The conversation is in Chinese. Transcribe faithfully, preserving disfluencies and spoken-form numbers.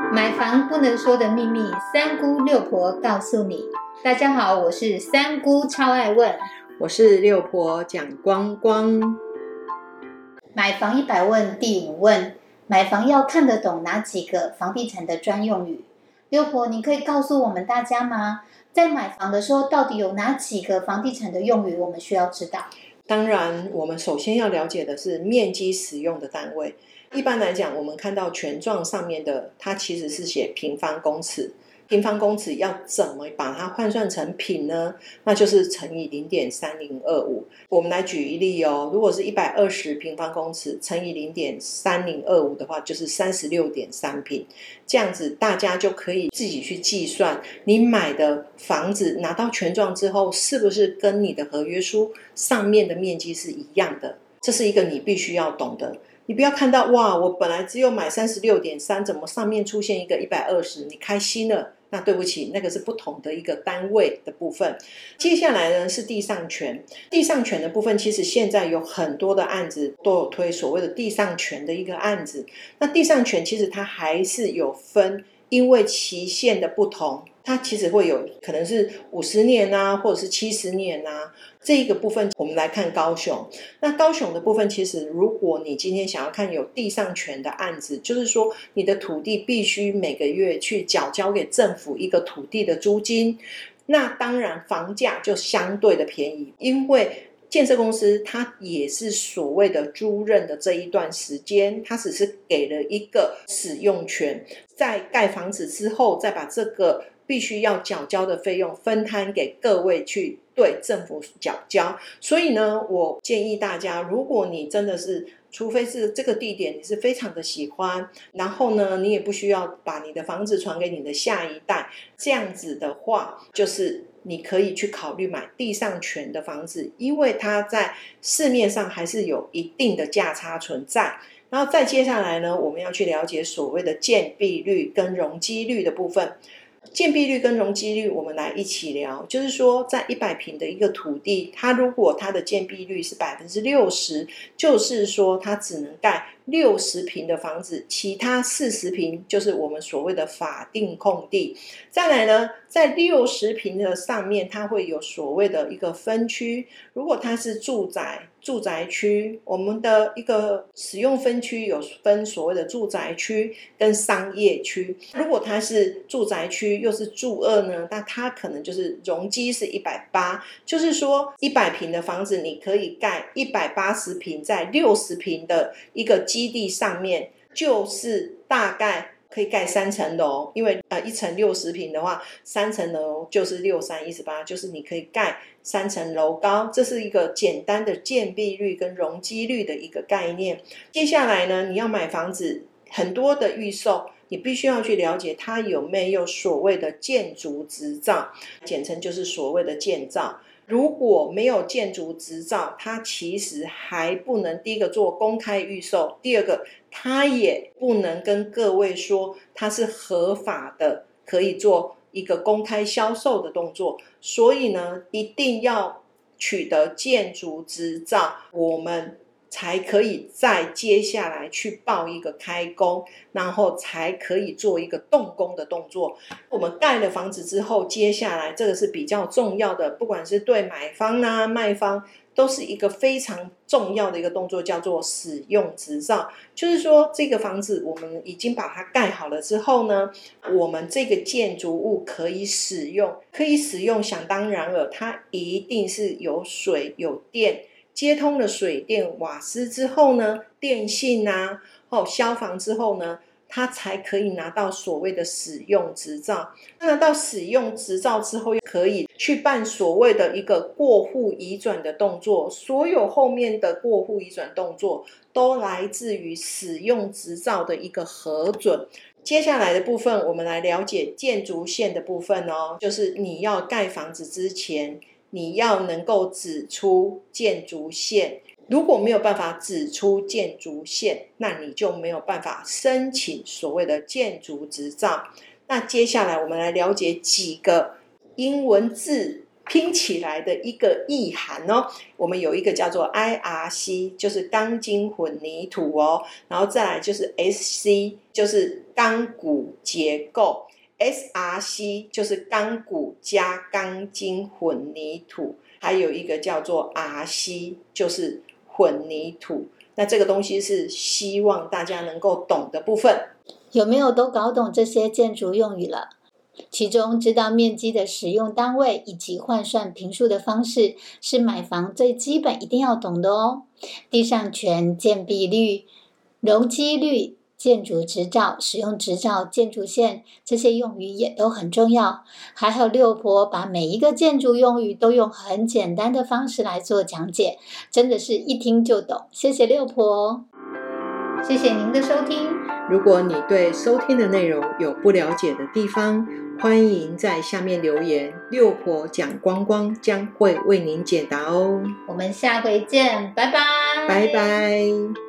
买房不能说的秘密，三姑六婆告诉你。大家好，我是三姑超爱问， 我是六婆蒋光光。 买房一百问第五问，买房要看得懂哪几个房地产的专用语？六婆，你可以告诉我们大家吗？在买房的时候，到底有哪几个房地产的用语我们需要知道？ 当然，我们首先要了解的是面积使用的单位。一般来讲，我们看到权状上面的，它其实是写平方公尺。平方公尺要怎么把它换算成品呢？那就是乘以 零点三零二五。我们来举一例哦，如果是一百二十平方公尺乘以 零点三零二五的话，就是 三十六点三平。这样子大家就可以自己去计算，你买的房子拿到权状之后，是不是跟你的合约书上面的面积是一样的？这是一个你必须要懂的。你不要看到哇，我本来只有买 三十六点三， 怎么上面出现一个一百二十，你开心了，那对不起，那个是不同的一个单位的部分。接下来呢是地上权。地上权的部分，其实现在有很多的案子都有推所谓的地上权的一个案子。那地上权其实它还是有分，因为期限的不同，它其实会有可能是五十年啊，或者是七十年啊。这一个部分我们来看高雄。那高雄的部分，其实如果你今天想要看有地上权的案子，就是说你的土地必须每个月去缴交给政府一个土地的租金，那当然房价就相对的便宜，因为建设公司它也是所谓的租赁的这一段时间，它只是给了一个使用权，在盖房子之后再把这个必须要缴交的费用分摊给各位去对政府缴交。所以呢，我建议大家，如果你真的是除非是这个地点你是非常的喜欢，然后呢你也不需要把你的房子传给你的下一代，这样子的话就是你可以去考虑买地上权的房子，因为它在市面上还是有一定的价差存在。然后再接下来呢，我们要去了解所谓的建蔽率跟容积率的部分。建蔽率跟容积率我们来一起聊，就是说在一百坪的一个土地，它如果它的建蔽率是 百分之六十， 就是说它只能盖六十坪的房子，其他四十坪就是我们所谓的法定空地。再来呢，在六十坪的上面，它会有所谓的一个分区。如果它是住宅住宅区，我们的一个使用分区有分所谓的住宅区跟商业区。如果它是住宅区又是住二呢，那它可能就是容积是一百八十，就是说一百坪的房子你可以盖一百八十坪在六十坪的一个基地上面，就是大概可以盖三层楼，因为呃一层六十坪的话，三层楼就是六三一十八，就是你可以盖三层楼高。这是一个简单的建蔽率跟容积率的一个概念。接下来呢，你要买房子，很多的预售，你必须要去了解它有没有所谓的建筑执照，简称就是所谓的建照。如果没有建筑执照，它其实还不能第一个做公开预售，第二个它也不能跟各位说它是合法的，可以做一个公开销售的动作。所以呢，一定要取得建筑执照，我们才可以再接下来去报一个开工，然后才可以做一个动工的动作。我们盖了房子之后，接下来这个是比较重要的，不管是对买方啊卖方都是一个非常重要的一个动作，叫做使用执照。就是说这个房子我们已经把它盖好了之后呢，我们这个建筑物可以使用，可以使用想当然了，它一定是有水有电，接通了水电瓦斯之后呢，电信啊、哦、消防之后呢，它才可以拿到所谓的使用执照。拿到使用执照之后，可以去办所谓的一个过户移转的动作。所有后面的过户移转动作都来自于使用执照的一个核准。接下来的部分，我们来了解建筑线的部分哦，就是你要盖房子之前，你要能够指出建筑线。如果没有办法指出建筑线，那你就没有办法申请所谓的建筑执照。那接下来我们来了解几个英文字拼起来的一个意涵哦。我们有一个叫做 I R C， 就是钢筋混凝土哦，然后再来就是 S C， 就是钢骨结构， S R C 就是钢骨加钢筋混凝土，还有一个叫做 R C， 就是混凝土。那这个东西是希望大家能够懂的部分。 有没有都搞懂这些建筑用语了？其中知道面积的使用单位以及换算坪数的方式是买房最基本一定要懂的哦。地上权、建蔽率、容积率、建筑执照、使用执照、建筑线，这些用语也都很重要。还有六婆把每一个建筑用语都用很简单的方式来做讲解，真的是一听就懂。谢谢六婆，谢谢您的收听。 如果你对收听的内容有不了解的地方，欢迎在下面留言，六婆讲光光将会为您解答哦。 我们下回见，拜拜， 拜拜。